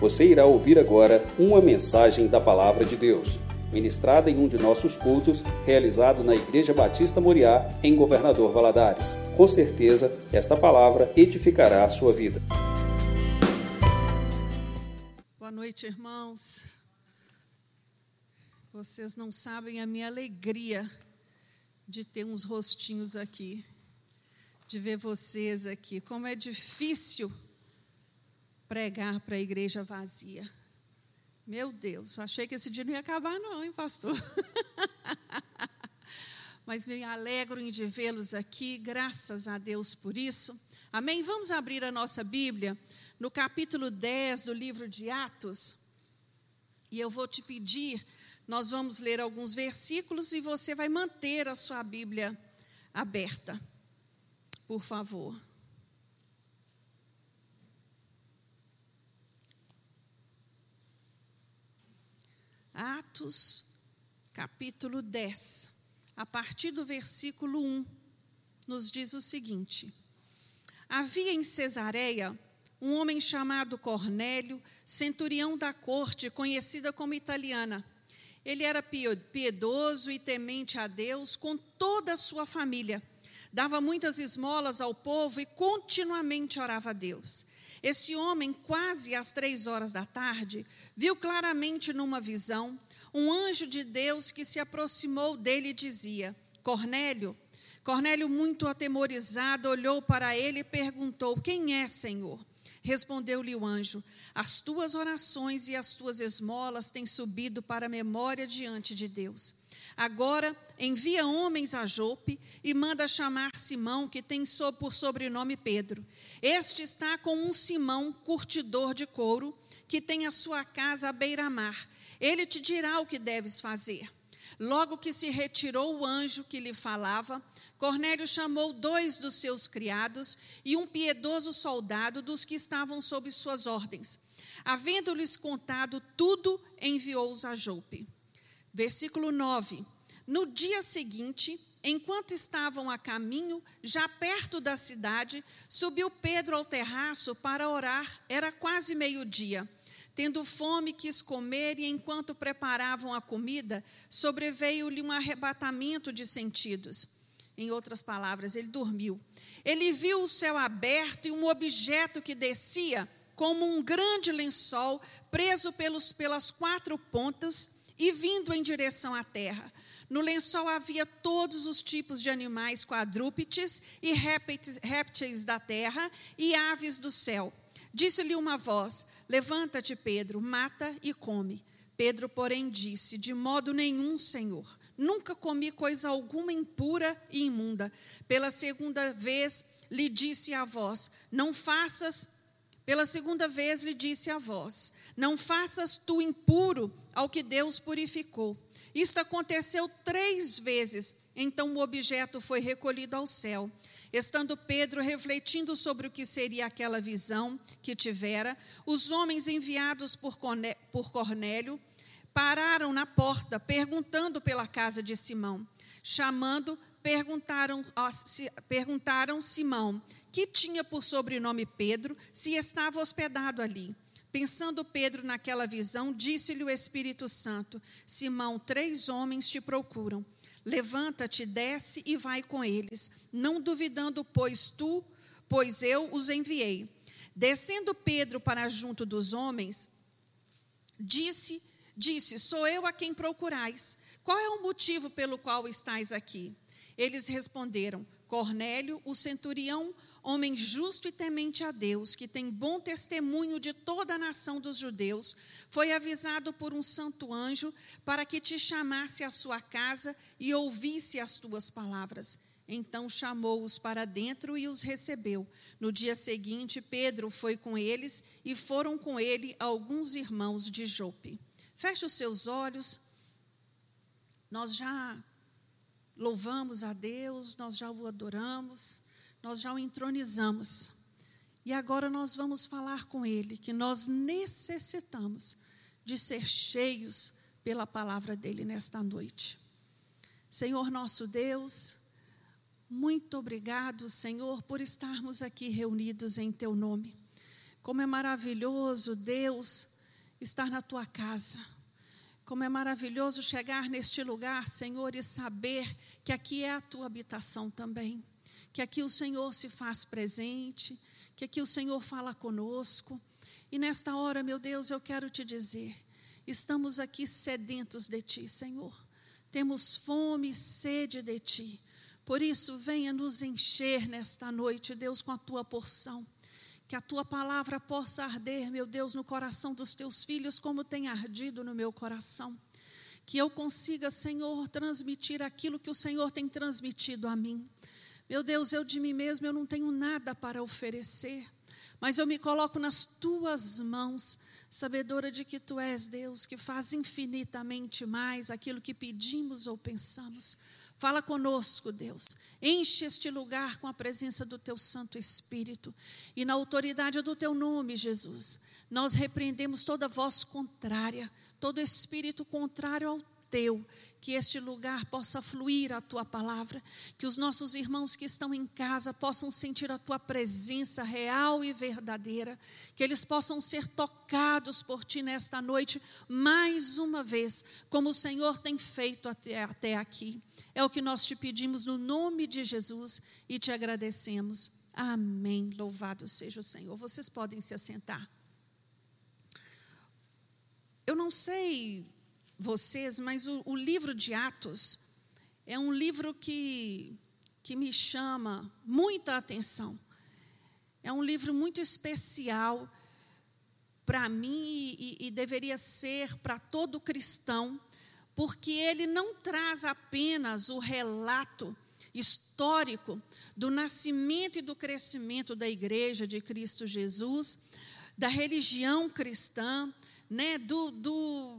Você irá ouvir agora uma mensagem da Palavra de Deus, ministrada em um de nossos cultos, realizado na Igreja Batista Moriá, em Governador Valadares. Com certeza, esta palavra edificará a sua vida. Boa noite, irmãos. Vocês não sabem a minha alegria de ter uns rostinhos aqui, de ver vocês aqui. Como é difícil pregar para a igreja vazia. Meu Deus, achei que esse dia não ia acabar não, hein, pastor? Mas me alegro em de vê-los aqui, graças a Deus por isso. Amém? Vamos abrir a nossa Bíblia no capítulo 10 do livro de Atos. E eu vou te pedir, nós vamos ler alguns versículos e você vai manter a sua Bíblia aberta, por favor. Atos, capítulo 10, a partir do versículo 1, nos diz o seguinte: havia em Cesareia um homem chamado Cornélio, centurião da corte, conhecida como italiana. Ele era piedoso e temente a Deus com toda a sua família. Dava muitas esmolas ao povo e continuamente orava a Deus. Esse homem, quase às 3 da tarde, viu claramente numa visão um anjo de Deus que se aproximou dele e dizia: Cornélio. Cornélio, muito atemorizado, olhou para ele e perguntou: quem é, Senhor? Respondeu-lhe o anjo: as tuas orações e as tuas esmolas têm subido para a memória diante de Deus. Agora envia homens a Jope e manda chamar Simão, que tem por sobrenome Pedro. Este está com um Simão, curtidor de couro, que tem a sua casa à beira-mar. Ele te dirá o que deves fazer. Logo que se retirou o anjo que lhe falava, Cornélio chamou 2 dos seus criados e um piedoso soldado dos que estavam sob suas ordens. Havendo-lhes contado tudo, enviou-os a Jope. Versículo 9. No dia seguinte, enquanto estavam a caminho, já perto da cidade, subiu Pedro ao terraço para orar. Era quase meio-dia. Tendo fome, quis comer, e enquanto preparavam a comida, sobreveio-lhe um arrebatamento de sentidos. Em outras palavras, ele dormiu. Ele viu o céu aberto e um objeto que descia como um grande lençol, preso pelas 4 pontas e vindo em direção à terra. No lençol havia todos os tipos de animais quadrúpedes e répteis da terra e aves do céu. Disse-lhe uma voz: levanta-te, Pedro, mata e come. Pedro, porém, disse: de modo nenhum, Senhor. Nunca comi coisa alguma impura e imunda. Pela segunda vez lhe disse a voz: não faças tu impuro ao que Deus purificou. Isto aconteceu 3 vezes, então o objeto foi recolhido ao céu. Estando Pedro refletindo sobre o que seria aquela visão que tivera, os homens enviados por Cornélio pararam na porta, perguntando pela casa de Simão. Chamando, perguntaram Simão, que tinha por sobrenome Pedro, se estava hospedado ali. Pensando Pedro naquela visão, disse-lhe o Espírito Santo: Simão, 3 homens te procuram. Levanta-te, desce e vai com eles, não duvidando, pois eu os enviei. Descendo Pedro para junto dos homens, disse: sou eu a quem procurais. Qual é o motivo pelo qual estais aqui? Eles responderam: Cornélio, o centurião, homem justo e temente a Deus, que tem bom testemunho de toda a nação dos judeus, foi avisado por um santo anjo para que te chamasse à sua casa e ouvisse as tuas palavras. Então chamou-os para dentro e os recebeu. No dia seguinte, Pedro foi com eles e foram com ele alguns irmãos de Jope. Feche os seus olhos. Nós já louvamos a Deus, nós já o adoramos, nós já o entronizamos. E agora nós vamos falar com Ele, que nós necessitamos de ser cheios pela palavra dEle nesta noite. Senhor nosso Deus, muito obrigado, Senhor, por estarmos aqui reunidos em Teu nome. Como é maravilhoso, Deus, estar na tua casa. Como é maravilhoso chegar neste lugar, Senhor, e saber que aqui é a tua habitação também. Que aqui o Senhor se faz presente, que aqui o Senhor fala conosco. E nesta hora, meu Deus, eu quero te dizer, estamos aqui sedentos de ti, Senhor. Temos fome e sede de ti. Por isso, venha nos encher nesta noite, Deus, com a tua porção. Que a tua palavra possa arder, meu Deus, no coração dos teus filhos, como tem ardido no meu coração. Que eu consiga, Senhor, transmitir aquilo que o Senhor tem transmitido a mim. Meu Deus, eu de mim mesmo, eu não tenho nada para oferecer, mas eu me coloco nas tuas mãos, sabedora de que tu és Deus, que faz infinitamente mais aquilo que pedimos ou pensamos. Fala conosco, Deus, enche este lugar com a presença do teu Santo Espírito, e na autoridade do teu nome, Jesus, nós repreendemos toda voz contrária, todo espírito contrário ao teu, que este lugar possa fluir a tua palavra, que os nossos irmãos que estão em casa possam sentir a tua presença real e verdadeira, que eles possam ser tocados por ti nesta noite, mais uma vez, como o Senhor tem feito até aqui. É o que nós te pedimos no nome de Jesus e te agradecemos. Amém. Louvado seja o Senhor. Vocês podem se assentar. Eu não sei vocês, mas o livro de Atos é um livro que me chama muita atenção. É um livro muito especial para mim e deveria ser para todo cristão, porque ele não traz apenas o relato histórico do nascimento e do crescimento da Igreja de Cristo Jesus, da religião cristã, né, do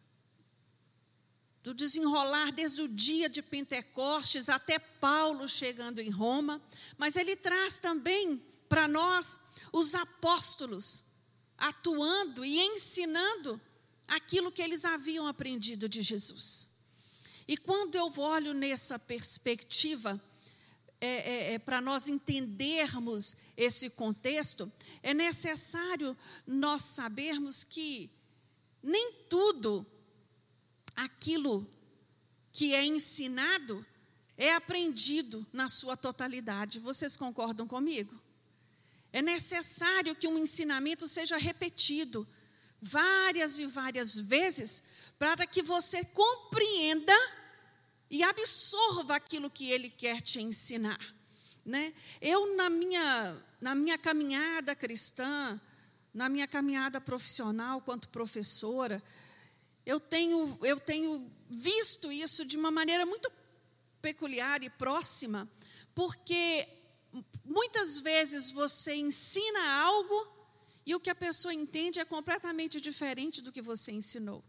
desenrolar desde o dia de Pentecostes até Paulo chegando em Roma, mas ele traz também para nós os apóstolos atuando e ensinando aquilo que eles haviam aprendido de Jesus. E quando eu olho nessa perspectiva, para nós entendermos esse contexto, é necessário nós sabermos que nem tudo aquilo que é ensinado é aprendido na sua totalidade. Vocês concordam comigo? É necessário que um ensinamento seja repetido várias e várias vezes para que você compreenda e absorva aquilo que ele quer te ensinar, né? Eu, na minha caminhada cristã, na minha caminhada profissional quanto professora, eu tenho visto isso de uma maneira muito peculiar e próxima, porque muitas vezes você ensina algo e o que a pessoa entende é completamente diferente do que você ensinou.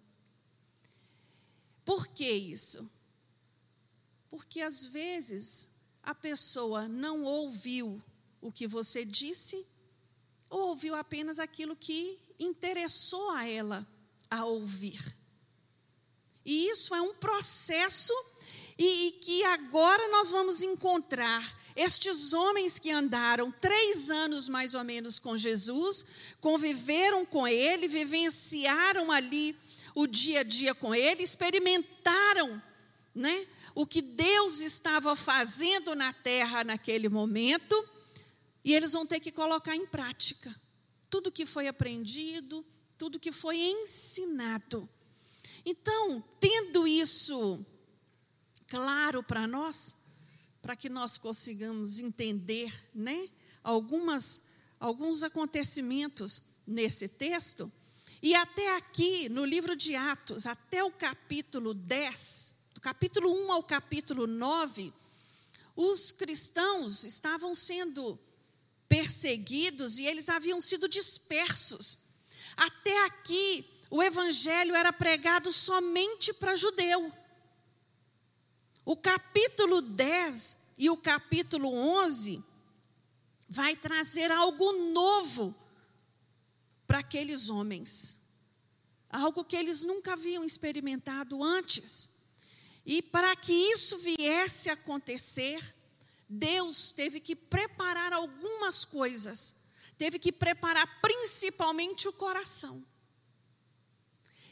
Por que isso? Porque às vezes a pessoa não ouviu o que você disse ou ouviu apenas aquilo que interessou a ela a ouvir. E isso é um processo e que agora nós vamos encontrar estes homens que andaram 3 anos mais ou menos com Jesus, conviveram com ele, vivenciaram ali o dia a dia com ele, experimentaram, né, o que Deus estava fazendo na terra naquele momento, e eles vão ter que colocar em prática tudo que foi aprendido, tudo que foi ensinado. Então, tendo isso claro para nós, para que nós consigamos entender, né, alguns acontecimentos nesse texto, e até aqui, no livro de Atos, até o capítulo 10, do capítulo 1 ao capítulo 9, os cristãos estavam sendo perseguidos e eles haviam sido dispersos. Até aqui, o evangelho era pregado somente para judeu. O capítulo 10 e o capítulo 11 vai trazer algo novo para aqueles homens. Algo que eles nunca haviam experimentado antes. E para que isso viesse a acontecer, Deus teve que preparar algumas coisas. Teve que preparar principalmente o coração.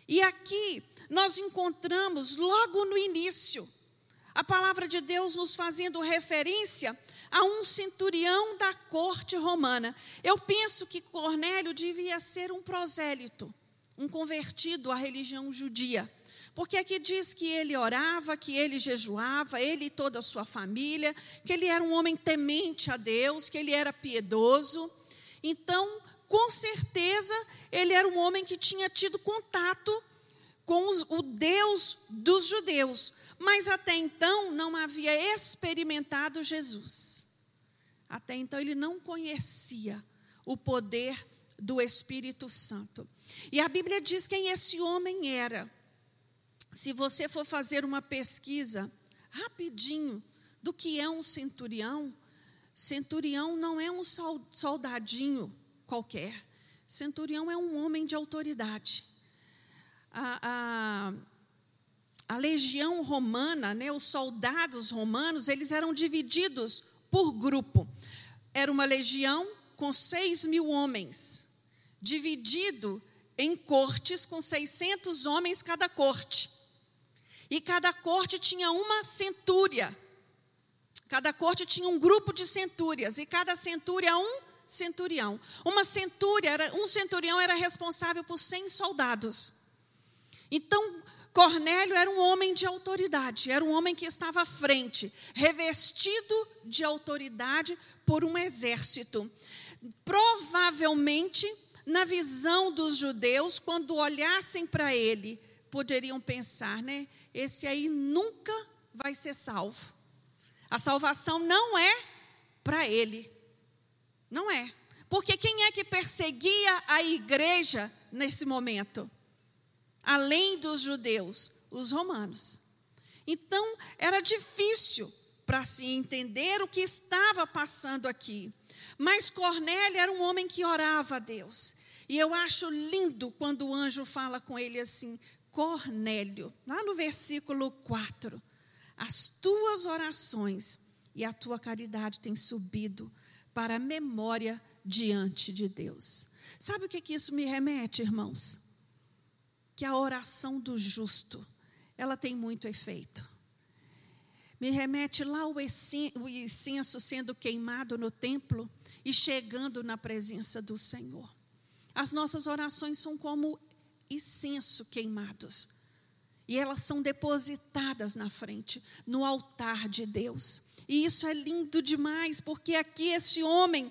E aqui nós encontramos logo no início a palavra de Deus nos fazendo referência a um centurião da corte romana. Eu penso que Cornélio devia ser um prosélito, um convertido à religião judia. Porque aqui diz que ele orava, que ele jejuava, ele e toda a sua família, que ele era um homem temente a Deus, que ele era piedoso. Então, com certeza, ele era um homem que tinha tido contato com o Deus dos judeus, mas até então não havia experimentado Jesus. Até então ele não conhecia o poder do Espírito Santo. E a Bíblia diz quem esse homem era. Se você for fazer uma pesquisa rapidinho do que é um centurião, centurião não é um soldadinho qualquer. Centurião é um homem de autoridade. A legião romana, né, os soldados romanos, eles eram divididos por grupo. Era uma legião com 6.000 homens, dividido em cortes com 600 homens cada corte. E cada corte tinha uma centúria. Cada corte tinha um grupo de centúrias, e cada centúria um centurião. Um centurião era responsável por 100 soldados. Então, Cornélio era um homem de autoridade, era um homem que estava à frente, revestido de autoridade por um exército. Provavelmente, na visão dos judeus, quando olhassem para ele, poderiam pensar, né? Esse aí nunca vai ser salvo. A salvação não é para ele. Não é. Porque quem é que perseguia a igreja nesse momento? Além dos judeus, os romanos. Então, era difícil para se entender o que estava passando aqui. Mas Cornélio era um homem que orava a Deus. E eu acho lindo quando o anjo fala com ele assim, Cornélio, lá no versículo 4, as tuas orações e a tua caridade têm subido para a memória diante de Deus. Sabe o que isso me remete, irmãos? Que a oração do justo, ela tem muito efeito. Me remete lá o incenso sendo queimado no templo e chegando na presença do Senhor. As nossas orações são como incenso queimados. E elas são depositadas na frente, no altar de Deus. E isso é lindo demais, porque aqui esse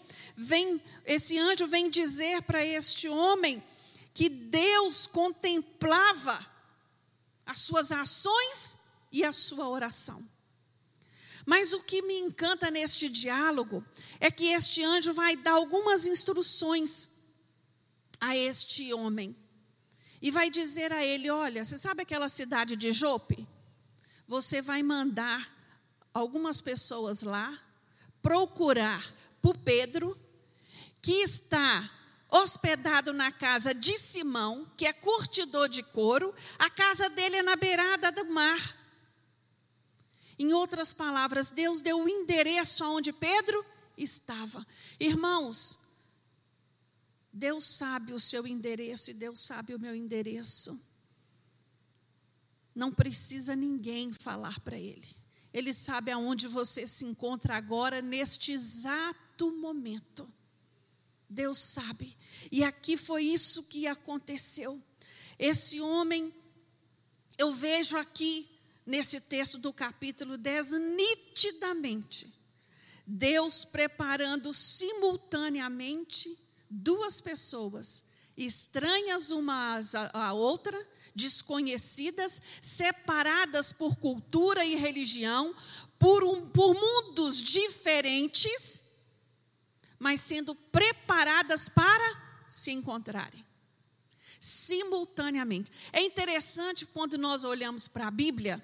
anjo vem dizer para este homem que Deus contemplava as suas ações e a sua oração. Mas o que me encanta neste diálogo é que este anjo vai dar algumas instruções a este homem. E vai dizer a ele, olha, você sabe aquela cidade de Jope? Você vai mandar algumas pessoas lá procurar por Pedro, que está hospedado na casa de Simão, que é curtidor de couro. A casa dele é na beirada do mar. Em outras palavras, Deus deu o endereço aonde Pedro estava. Irmãos, Deus sabe o seu endereço e Deus sabe o meu endereço. Não precisa ninguém falar para Ele. Ele sabe aonde você se encontra agora, neste exato momento. Deus sabe. E aqui foi isso que aconteceu. Esse homem, eu vejo aqui, nesse texto do capítulo 10, nitidamente, Deus preparando simultaneamente duas pessoas, estranhas umas à outra, desconhecidas, separadas por cultura e religião, por mundos diferentes, mas sendo preparadas para se encontrarem, simultaneamente. É interessante quando nós olhamos para a Bíblia,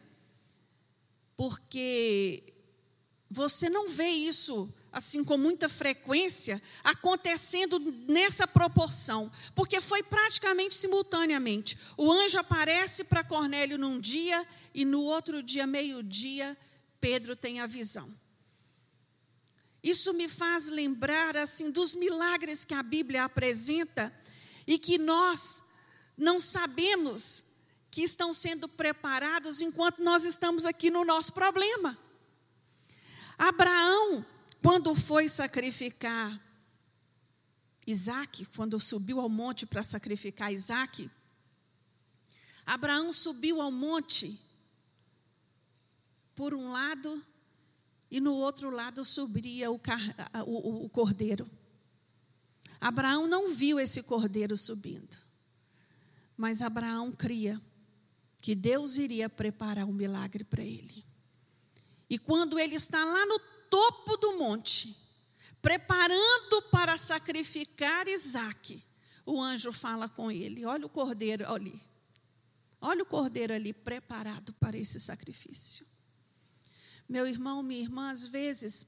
porque você não vê isso assim com muita frequência acontecendo nessa proporção, porque foi praticamente simultaneamente. O anjo aparece para Cornélio num dia e no outro dia, meio-dia, Pedro tem a visão. Isso me faz lembrar assim dos milagres que a Bíblia apresenta e que nós não sabemos que estão sendo preparados enquanto nós estamos aqui no nosso problema. Abraão, quando foi sacrificar Isaque, quando subiu ao monte para sacrificar Isaque, Abraão subiu ao monte por um lado e no outro lado subia o cordeiro. Abraão não viu esse cordeiro subindo, mas Abraão cria que Deus iria preparar um milagre para ele. E quando ele está lá no topo do monte, preparando para sacrificar Isaque, o anjo fala com ele: olha o cordeiro ali. Olha o cordeiro ali preparado para esse sacrifício. Meu irmão, minha irmã, às vezes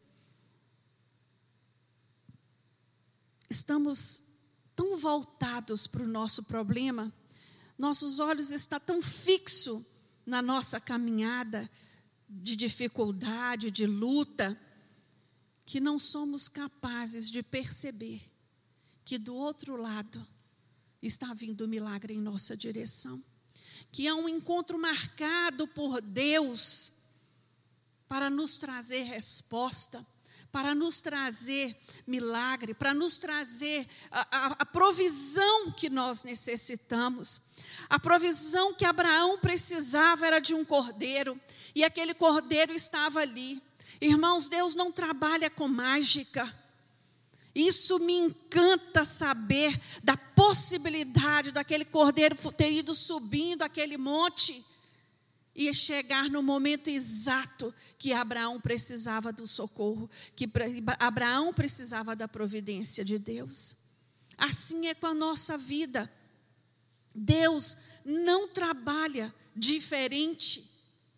estamos tão voltados para o nosso problema, nossos olhos estão tão fixos na nossa caminhada de dificuldade, de luta, que não somos capazes de perceber que do outro lado está vindo um milagre em nossa direção. Que há um encontro marcado por Deus para nos trazer resposta, para nos trazer milagre, para nos trazer a provisão que nós necessitamos. A provisão que Abraão precisava era de um cordeiro, e aquele cordeiro estava ali. Irmãos, Deus não trabalha com mágica. Isso me encanta saber da possibilidade daquele cordeiro ter ido subindo aquele monte e chegar no momento exato que Abraão precisava do socorro, que Abraão precisava da providência de Deus. Assim é com a nossa vida. Deus não trabalha diferente.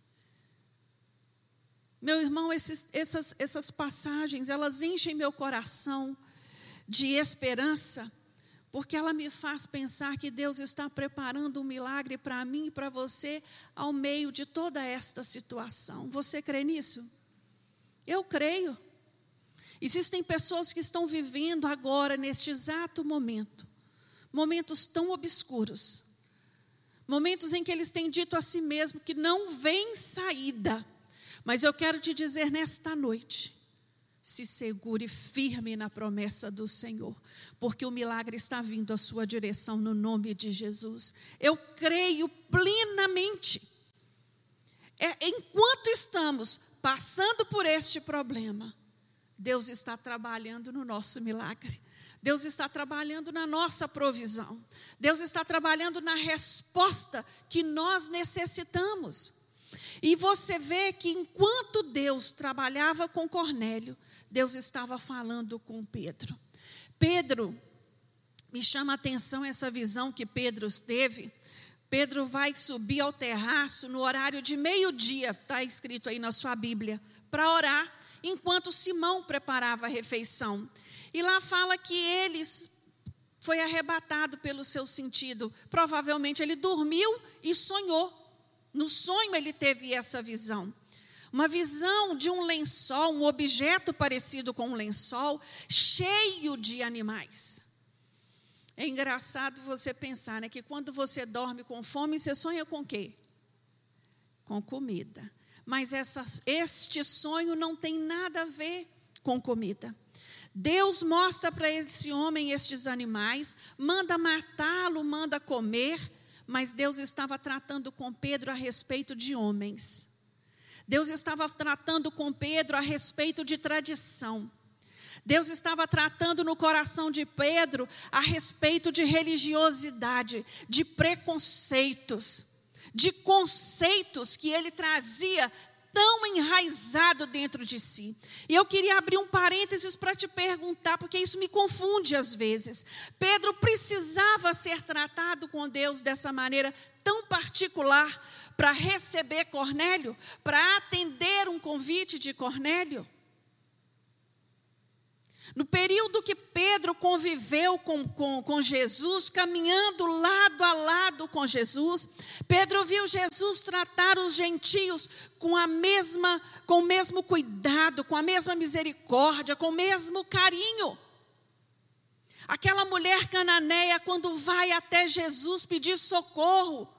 Meu irmão, essas passagens, elas enchem meu coração de esperança, porque ela me faz pensar que Deus está preparando um milagre para mim e para você ao meio de toda esta situação. Você crê nisso? Eu creio. Existem pessoas que estão vivendo agora, neste exato momento, momentos tão obscuros, momentos em que eles têm dito a si mesmos que não vem saída. Mas eu quero te dizer nesta noite, se segure firme na promessa do Senhor, porque o milagre está vindo à sua direção no nome de Jesus. Eu creio plenamente. Enquanto estamos passando por este problema, Deus está trabalhando no nosso milagre. Deus está trabalhando na nossa provisão. Deus está trabalhando na resposta que nós necessitamos. E você vê que enquanto Deus trabalhava com Cornélio, Deus estava falando com Pedro. Pedro, me chama a atenção essa visão que Pedro teve. Pedro vai subir ao terraço no horário de meio-dia, está escrito aí na sua Bíblia, para orar, enquanto Simão preparava a refeição. E lá fala que foi arrebatado pelo seu sentido. Provavelmente ele dormiu e sonhou. No sonho ele teve essa visão. Uma visão de um lençol, um objeto parecido com um lençol, cheio de animais. É engraçado você pensar, né, que quando você dorme com fome, você sonha com o quê? Com comida. Mas este sonho não tem nada a ver com comida. Deus mostra para esse homem estes animais, manda matá-lo, manda comer, mas Deus estava tratando com Pedro a respeito de homens. Deus estava tratando com Pedro a respeito de tradição. Deus estava tratando no coração de Pedro a respeito de religiosidade, de preconceitos, de conceitos que ele trazia tão enraizado dentro de si. E eu queria abrir um parênteses para te perguntar, porque isso me confunde às vezes. Pedro precisava ser tratado com Deus dessa maneira tão particular para receber Cornélio, para atender um convite de Cornélio? No período que Pedro conviveu com Jesus, caminhando lado a lado com Jesus, Pedro viu Jesus tratar os gentios com o mesmo cuidado, com a mesma misericórdia, com o mesmo carinho. Aquela mulher cananeia, quando vai até Jesus pedir socorro,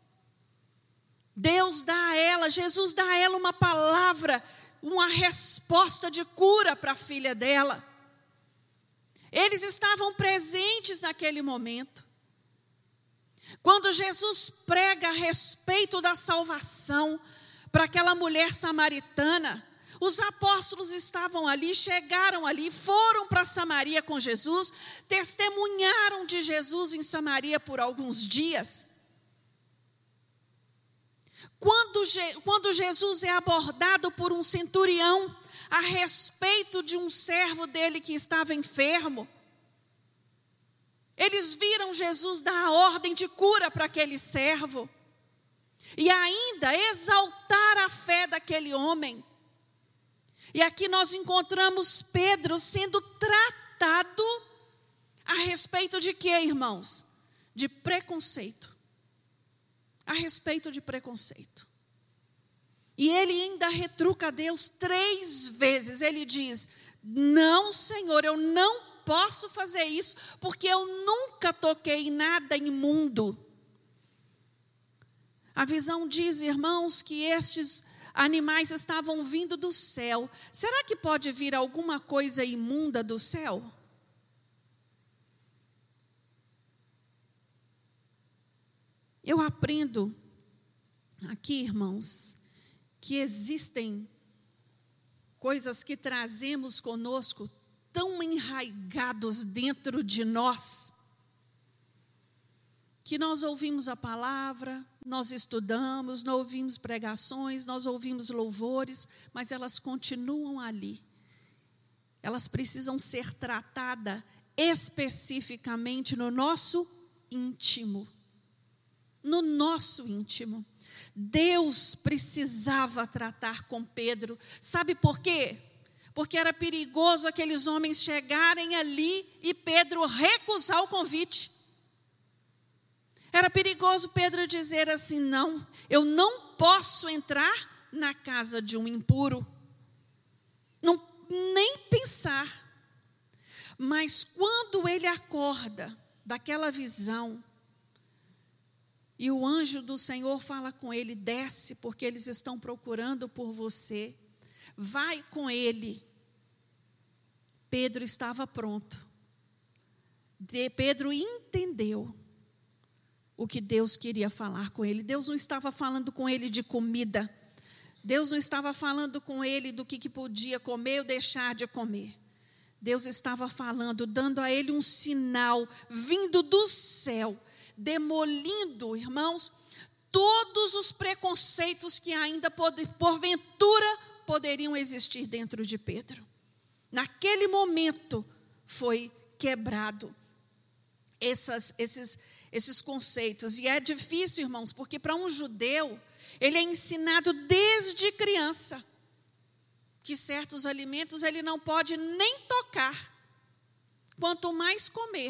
Jesus dá a ela uma palavra, uma resposta de cura para a filha dela. Eles estavam presentes naquele momento. Quando Jesus prega a respeito da salvação para aquela mulher samaritana, os apóstolos estavam ali, chegaram ali, foram para Samaria com Jesus, testemunharam de Jesus em Samaria por alguns dias. Quando Jesus é abordado por um centurião a respeito de um servo dele que estava enfermo, eles viram Jesus dar a ordem de cura para aquele servo e ainda exaltar a fé daquele homem. E aqui nós encontramos Pedro sendo tratado a respeito de quê, irmãos? De preconceito. A respeito de preconceito. E ele ainda retruca a Deus 3 vezes. Ele diz: não, Senhor, eu não posso fazer isso, porque eu nunca toquei em nada imundo. A visão diz, irmãos, que estes animais estavam vindo do céu. Será que pode vir alguma coisa imunda do céu? Eu aprendo aqui, irmãos, que existem coisas que trazemos conosco tão enraigados dentro de nós, que nós ouvimos a palavra, nós estudamos, nós ouvimos pregações, nós ouvimos louvores, mas elas continuam ali. Elas precisam ser tratadas especificamente no nosso íntimo. No nosso íntimo. Deus precisava tratar com Pedro. Sabe por quê? Porque era perigoso aqueles homens chegarem ali e Pedro recusar o convite. Era perigoso Pedro dizer assim: não, eu não posso entrar na casa de um impuro. Não, nem pensar. Mas quando ele acorda daquela visão, e o anjo do Senhor fala com ele: desce, porque eles estão procurando por você. Vai com ele. Pedro estava pronto. Pedro entendeu o que Deus queria falar com ele. Deus não estava falando com ele de comida. Deus não estava falando com ele do que podia comer ou deixar de comer. Deus estava falando, dando a ele um sinal vindo do céu, demolindo, irmãos, todos os preconceitos que ainda porventura poderiam existir dentro de Pedro. Naquele momento foi quebrado esses conceitos. E é difícil, irmãos, porque para um judeu, ele é ensinado desde criança que certos alimentos ele não pode nem tocar, quanto mais comer.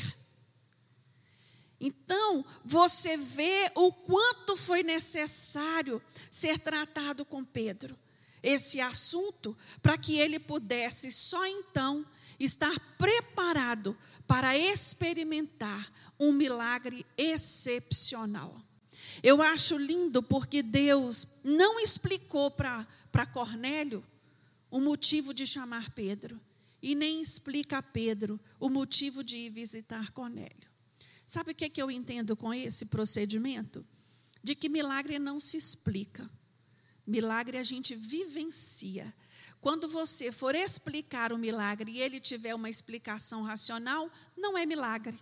Então, você vê o quanto foi necessário ser tratado com Pedro esse assunto, para que ele pudesse só então estar preparado para experimentar um milagre excepcional. Eu acho lindo porque Deus não explicou para Cornélio o motivo de chamar Pedro, e nem explica a Pedro o motivo de ir visitar Cornélio. Sabe o que eu entendo com esse procedimento? De que milagre não se explica. Milagre a gente vivencia. Quando você for explicar o milagre e ele tiver uma explicação racional, não é milagre.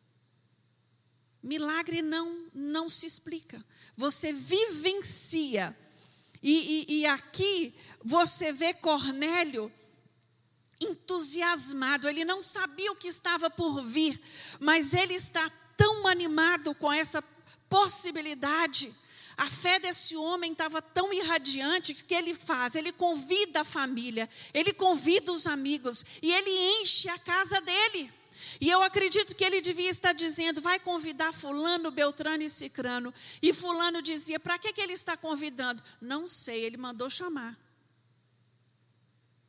Milagre não se explica. Você vivencia. E aqui você vê Cornélio entusiasmado. Ele não sabia o que estava por vir, mas ele está tão animado com essa possibilidade. A fé desse homem estava tão irradiante que ele convida a família, ele convida os amigos e ele enche a casa dele. E eu acredito que ele devia estar dizendo: vai convidar fulano, beltrano e cicrano. E fulano dizia: para que ele está convidando? Não sei, ele mandou chamar.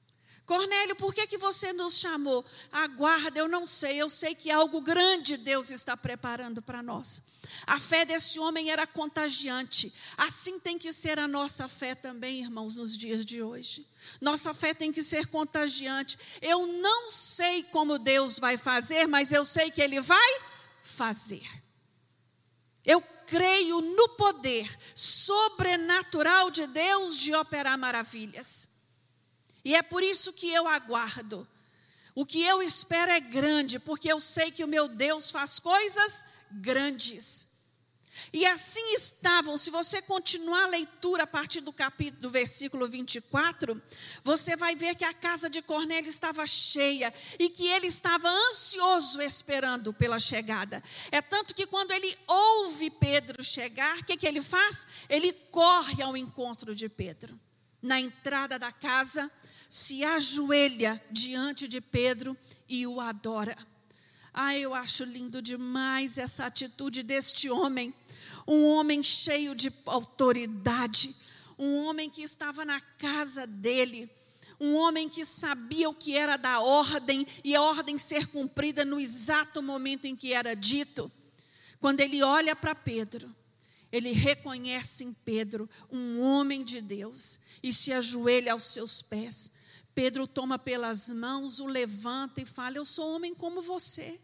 Cornélio, por que você nos chamou? Aguarda, eu sei que algo grande Deus está preparando para nós. A fé desse homem era contagiante. Assim tem que ser a nossa fé também, irmãos, nos dias de hoje. Nossa fé tem que ser contagiante. Eu não sei como Deus vai fazer, mas eu sei que Ele vai fazer. Eu creio no poder sobrenatural de Deus de operar maravilhas. E é por isso que eu aguardo. O que eu espero é grande, porque eu sei que o meu Deus faz coisas grandes. E assim estavam, se você continuar a leitura a partir do versículo 24, você vai ver que a casa de Cornélio estava cheia e que ele estava ansioso esperando pela chegada. É tanto que quando ele ouve Pedro chegar, o que ele faz? Ele corre ao encontro de Pedro. Na entrada da casa, se ajoelha diante de Pedro e o adora. Eu acho lindo demais essa atitude deste homem. Um homem cheio de autoridade. Um homem que estava na casa dele. Um homem que sabia o que era da ordem e a ordem ser cumprida no exato momento em que era dito. Quando ele olha para Pedro, ele reconhece em Pedro um homem de Deus e se ajoelha aos seus pés. Pedro toma pelas mãos, o levanta e fala: eu sou homem como você.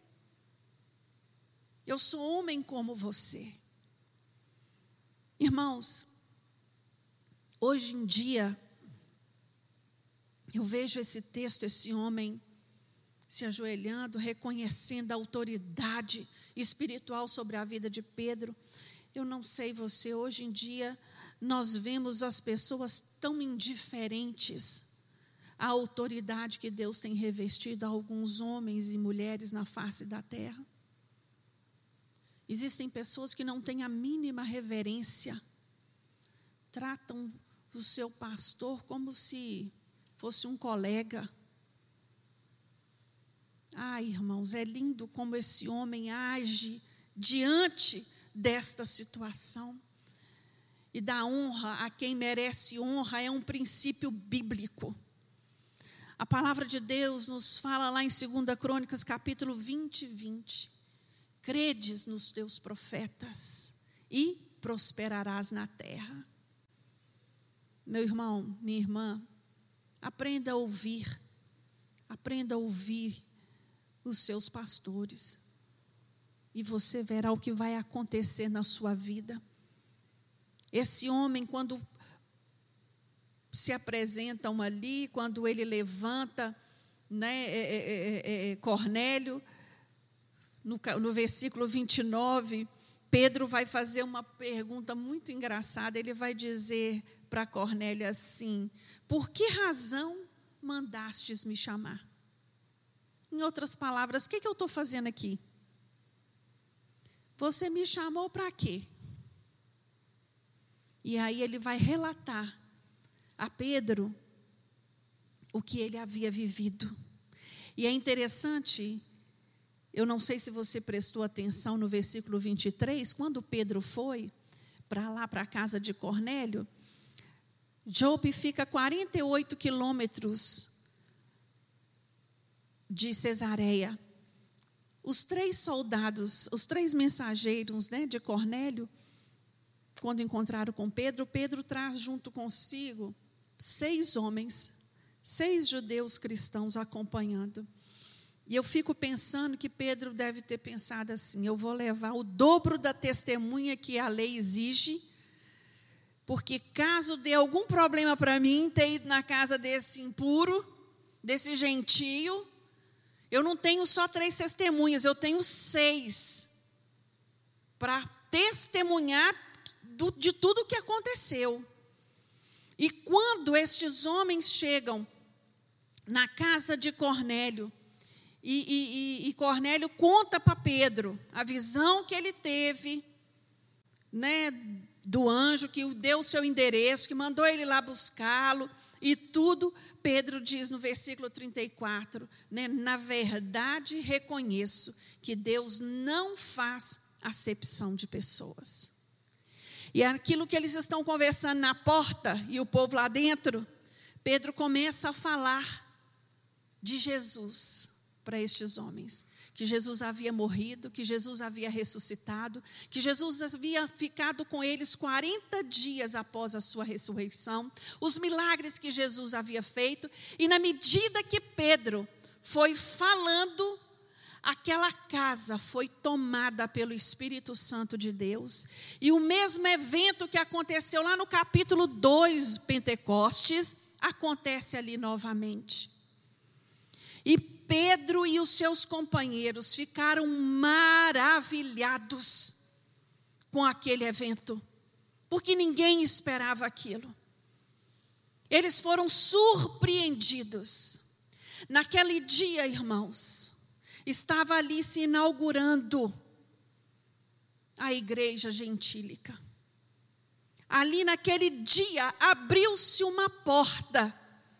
Eu sou homem como você. Irmãos, hoje em dia, eu vejo esse texto, esse homem se ajoelhando, reconhecendo a autoridade espiritual sobre a vida de Pedro. Eu não sei você, hoje em dia, nós vemos as pessoas tão indiferentes à autoridade que Deus tem revestido a alguns homens e mulheres na face da terra. Existem pessoas que não têm a mínima reverência, tratam o seu pastor como se fosse um colega. Irmãos, é lindo como esse homem age diante desta situação. E da honra a quem merece honra é um princípio bíblico. A palavra de Deus nos fala lá em 2 Crônicas, capítulo 20. Credes nos teus profetas e prosperarás na terra. Meu irmão, minha irmã, aprenda a ouvir os seus pastores. E você verá o que vai acontecer na sua vida. Esse homem, quando se apresentam ali, quando ele levanta, Cornélio, no versículo 29, Pedro vai fazer uma pergunta muito engraçada. Ele vai dizer para Cornélio assim: por que razão mandastes me chamar? Em outras palavras, o que eu estou fazendo aqui? Você me chamou para quê? E aí ele vai relatar a Pedro o que ele havia vivido. E é interessante, eu não sei se você prestou atenção no versículo 23, quando Pedro foi para a casa de Cornélio, Jope fica 48 quilômetros de Cesareia. Os 3 soldados, os 3 mensageiros de Cornélio, quando encontraram com Pedro, Pedro traz junto consigo 6 homens, 6 judeus cristãos acompanhando. E eu fico pensando que Pedro deve ter pensado assim: eu vou levar o dobro da testemunha que a lei exige, porque caso dê algum problema para mim ter ido na casa desse impuro, desse gentio, eu não tenho só 3 testemunhas, eu tenho 6 para testemunhar de tudo o que aconteceu. E quando estes homens chegam na casa de Cornélio, e Cornélio conta para Pedro a visão que ele teve, do anjo que deu o seu endereço, que mandou ele lá buscá-lo e tudo, Pedro diz no versículo 34, na verdade reconheço que Deus não faz acepção de pessoas. E aquilo que eles estão conversando na porta e o povo lá dentro, Pedro começa a falar de Jesus para estes homens. Que Jesus havia morrido, que Jesus havia ressuscitado, que Jesus havia ficado com eles 40 dias após a sua ressurreição, os milagres que Jesus havia feito, e na medida que Pedro foi falando, aquela casa foi tomada pelo Espírito Santo de Deus, e o mesmo evento que aconteceu lá no capítulo 2, Pentecostes, acontece ali novamente. E Pedro e os seus companheiros ficaram maravilhados com aquele evento, porque ninguém esperava aquilo. Eles foram surpreendidos. Naquele dia, irmãos, estava ali se inaugurando a igreja gentílica. Ali naquele dia abriu-se uma porta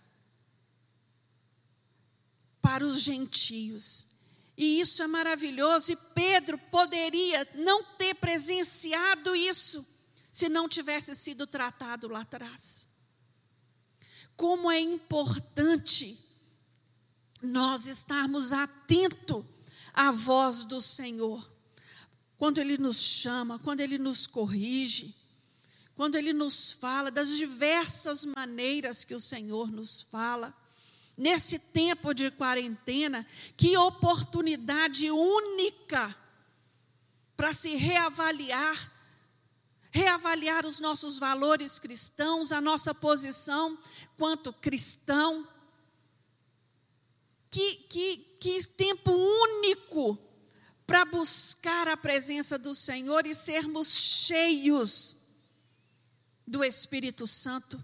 para os gentios. E isso é maravilhoso, e Pedro poderia não ter presenciado isso, se não tivesse sido tratado lá atrás. Como é importante nós estarmos atentos à voz do Senhor, quando Ele nos chama, quando Ele nos corrige, quando Ele nos fala das diversas maneiras que o Senhor nos fala. Nesse tempo de quarentena, que oportunidade única para se reavaliar os nossos valores cristãos, a nossa posição quanto cristão. Que tempo único para buscar a presença do Senhor e sermos cheios do Espírito Santo.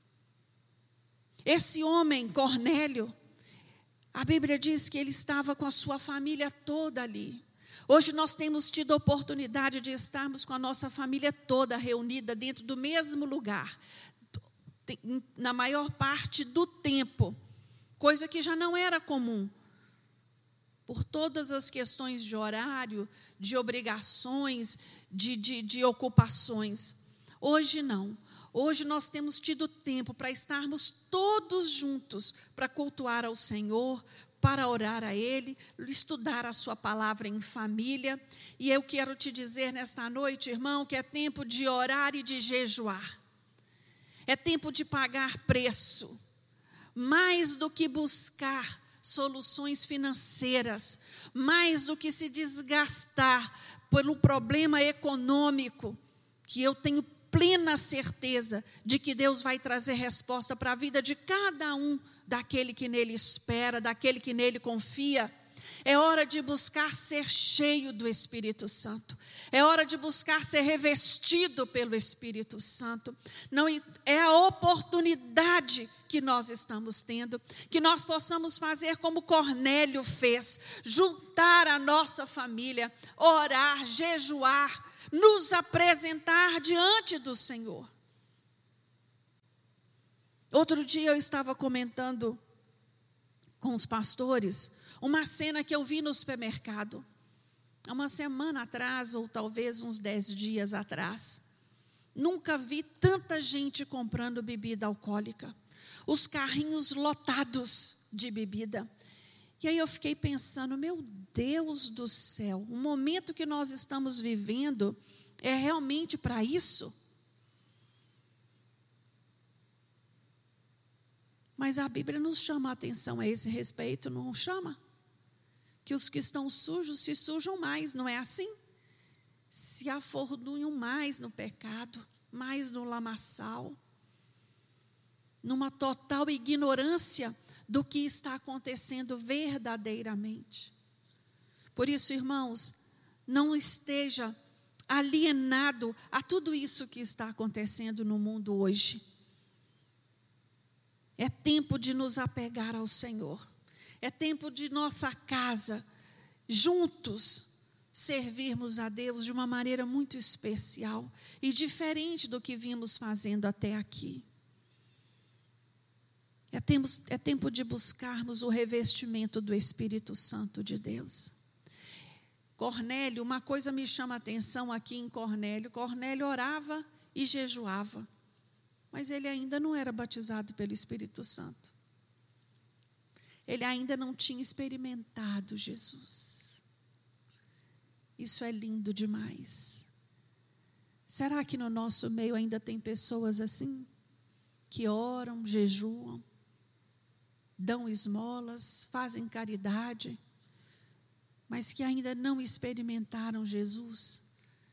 Esse homem, Cornélio, a Bíblia diz que ele estava com a sua família toda ali. Hoje nós temos tido a oportunidade de estarmos com a nossa família toda reunida dentro do mesmo lugar, na maior parte do tempo, coisa que já não era comum, por todas as questões de horário, de obrigações, de ocupações. Hoje não. Hoje nós temos tido tempo para estarmos todos juntos, para cultuar ao Senhor, para orar a Ele, estudar a sua palavra em família. E eu quero te dizer nesta noite, irmão, que é tempo de orar e de jejuar. É tempo de pagar preço, mais do que buscar soluções financeiras, mais do que se desgastar pelo problema econômico, que eu tenho plena certeza de que Deus vai trazer resposta para a vida de cada um daquele que nele espera, daquele que nele confia. É hora de buscar ser cheio do Espírito Santo. É hora de buscar ser revestido pelo Espírito Santo. Não é a oportunidade que nós estamos tendo, que nós possamos fazer como Cornélio fez, juntar a nossa família, orar, jejuar, nos apresentar diante do Senhor. Outro dia eu estava comentando com os pastores uma cena que eu vi no supermercado, há uma semana atrás, ou talvez uns 10 dias atrás. Nunca vi tanta gente comprando bebida alcoólica, os carrinhos lotados de bebida. E aí eu fiquei pensando, meu Deus do céu, o momento que nós estamos vivendo é realmente para isso? Mas a Bíblia nos chama a atenção a esse respeito, não chama? Que os que estão sujos se sujam mais, não é assim? Se afortunam mais no pecado, mais no lamaçal, numa total ignorância do que está acontecendo verdadeiramente. Por isso, irmãos, não esteja alienado a tudo isso que está acontecendo no mundo hoje. É tempo de nos apegar ao Senhor. É tempo de nossa casa, juntos, servirmos a Deus de uma maneira muito especial e diferente do que vimos fazendo até aqui. É tempo de buscarmos o revestimento do Espírito Santo de Deus. Cornélio, uma coisa me chama a atenção aqui em Cornélio. Cornélio orava e jejuava, mas ele ainda não era batizado pelo Espírito Santo. ele ainda não tinha experimentado Jesus. Isso é lindo demais. Será que no nosso meio ainda tem pessoas assim? Que oram, jejuam, dão esmolas, fazem caridade, mas que ainda não experimentaram Jesus?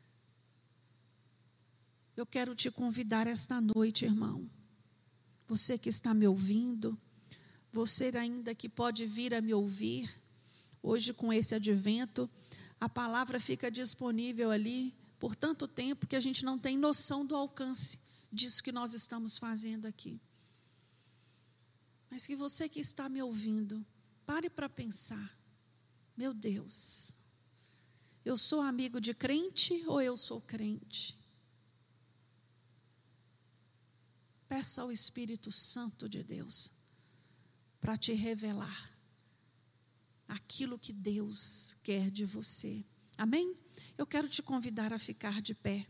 Eu quero te convidar esta noite, irmão. Você que está me ouvindo, você ainda que pode vir a me ouvir, hoje com esse advento, a palavra fica disponível ali por tanto tempo que a gente não tem noção do alcance disso que nós estamos fazendo aqui. Mas que você que está me ouvindo, pare para pensar. Meu Deus, eu sou amigo de crente ou eu sou crente? Peça ao Espírito Santo de Deus para te revelar aquilo que Deus quer de você. Amém? Eu quero te convidar a ficar de pé.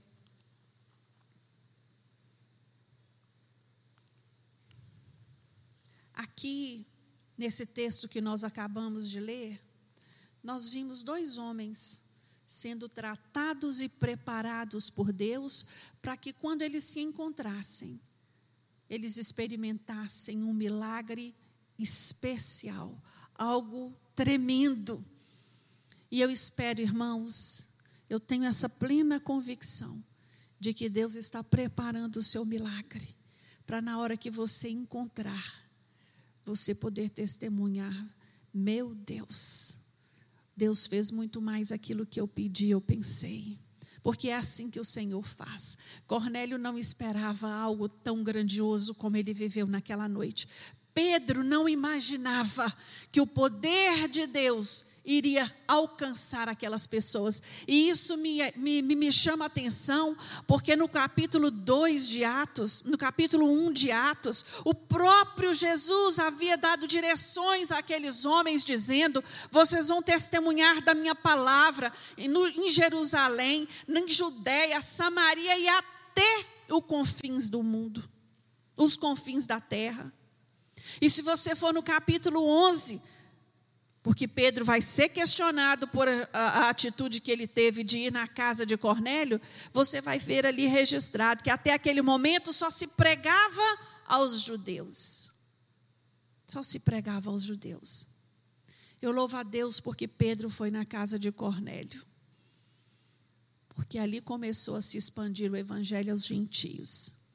Aqui, nesse texto que nós acabamos de ler, nós vimos 2 homens sendo tratados e preparados por Deus para que quando eles se encontrassem, eles experimentassem um milagre especial, algo tremendo. E eu espero, irmãos, eu tenho essa plena convicção de que Deus está preparando o seu milagre, para na hora que você encontrar, você poder testemunhar: meu Deus, Deus fez muito mais aquilo que eu pedi, eu pensei. Porque é assim que o Senhor faz. Cornélio não esperava algo tão grandioso como ele viveu naquela noite. Pedro não imaginava que o poder de Deus iria alcançar aquelas pessoas. E isso me chama a atenção, porque no capítulo 2 de Atos, no capítulo 1 de Atos, o próprio Jesus havia dado direções àqueles homens, dizendo: vocês vão testemunhar da minha palavra em Jerusalém, em Judeia, Samaria e até os confins do mundo, os confins da terra. E se você for no capítulo 11, porque Pedro vai ser questionado por a atitude que ele teve de ir na casa de Cornélio, você vai ver ali registrado que até aquele momento só se pregava aos judeus. Só se pregava aos judeus. Eu louvo a Deus porque Pedro foi na casa de Cornélio, porque ali começou a se expandir o evangelho aos gentios.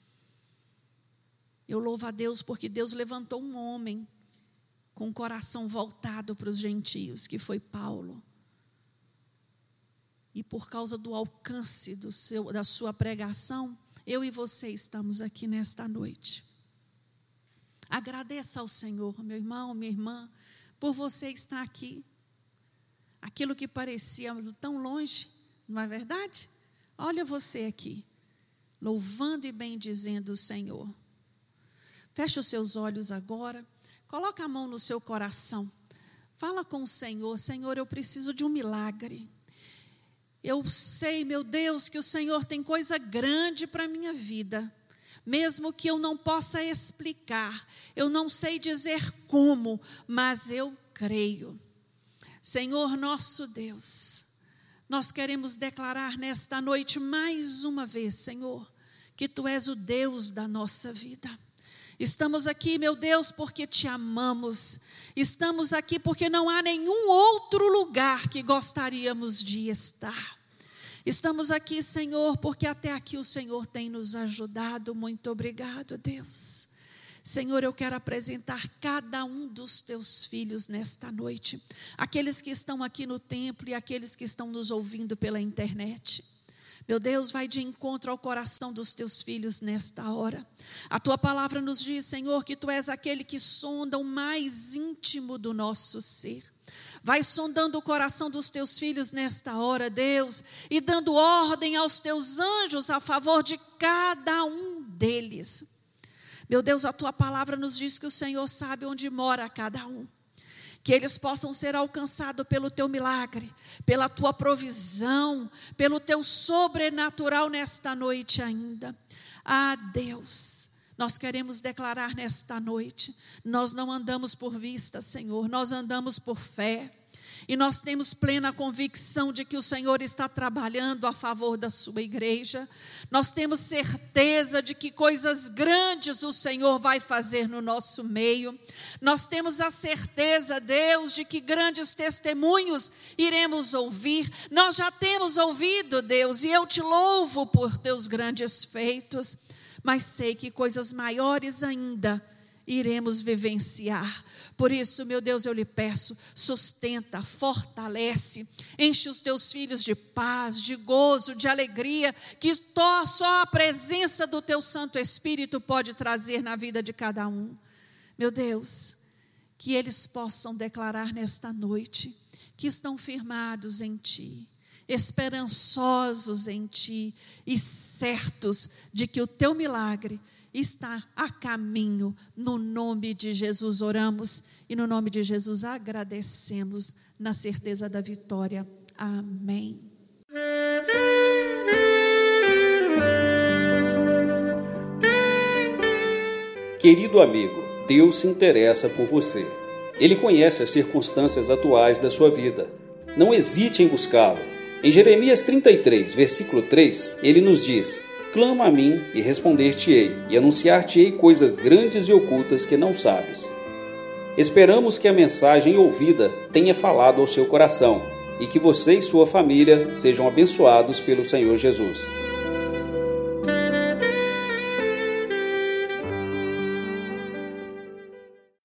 Eu louvo a Deus porque Deus levantou um homem com o coração voltado para os gentios, que foi Paulo. E por causa do alcance da sua pregação, eu e você estamos aqui nesta noite. Agradeça ao Senhor, meu irmão, minha irmã, por você estar aqui. Aquilo que parecia tão longe, não é verdade? Olha você aqui, louvando e bendizendo o Senhor. Feche os seus olhos agora, coloca a mão no seu coração, fala com o Senhor: Senhor, eu preciso de um milagre. Eu sei, meu Deus, que o Senhor tem coisa grande para a minha vida, mesmo que eu não possa explicar, eu não sei dizer como, mas eu creio. Senhor nosso Deus, nós queremos declarar nesta noite mais uma vez, Senhor, que Tu és o Deus da nossa vida. Estamos aqui, meu Deus, porque Te amamos. Estamos aqui porque não há nenhum outro lugar que gostaríamos de estar. Estamos aqui, Senhor, porque até aqui o Senhor tem nos ajudado. Muito obrigado, Deus. Senhor, eu quero apresentar cada um dos Teus filhos nesta noite. Aqueles que estão aqui no templo e aqueles que estão nos ouvindo pela internet. Meu Deus, vai de encontro ao coração dos Teus filhos nesta hora. A Tua palavra nos diz, Senhor, que Tu és aquele que sonda o mais íntimo do nosso ser. Vai sondando o coração dos Teus filhos nesta hora, Deus, e dando ordem aos Teus anjos a favor de cada um deles. Meu Deus, a Tua palavra nos diz que o Senhor sabe onde mora cada um. Que eles possam ser alcançados pelo Teu milagre, pela Tua provisão, pelo Teu sobrenatural nesta noite ainda. Ah, Deus, Nós queremos declarar nesta noite, nós não andamos por vista, Senhor, nós andamos por fé. E nós temos plena convicção de que o Senhor está trabalhando a favor da sua igreja. Nós temos certeza de que coisas grandes o Senhor vai fazer no nosso meio. Nós temos a certeza, Deus, de que grandes testemunhos iremos ouvir. Nós já temos ouvido, Deus, e eu te louvo por teus grandes feitos. Mas sei que coisas maiores ainda iremos vivenciar. Por isso, meu Deus, eu lhe peço, sustenta, fortalece, enche os teus filhos de paz, de gozo, de alegria, que só a presença do teu Santo Espírito pode trazer na vida de cada um. Meu Deus, que eles possam declarar nesta noite que estão firmados em Ti, esperançosos em Ti e certos de que o teu milagre está a caminho. No nome de Jesus oramos e no nome de Jesus agradecemos, na certeza da vitória. Amém. Querido amigo, Deus se interessa por você. Ele conhece as circunstâncias atuais da sua vida. Não hesite em buscá-lo. Em Jeremias 33, versículo 3, ele nos diz: clama a mim e responder-te-ei, e anunciar-te-ei coisas grandes e ocultas que não sabes. Esperamos que a mensagem ouvida tenha falado ao seu coração e que você e sua família sejam abençoados pelo Senhor Jesus.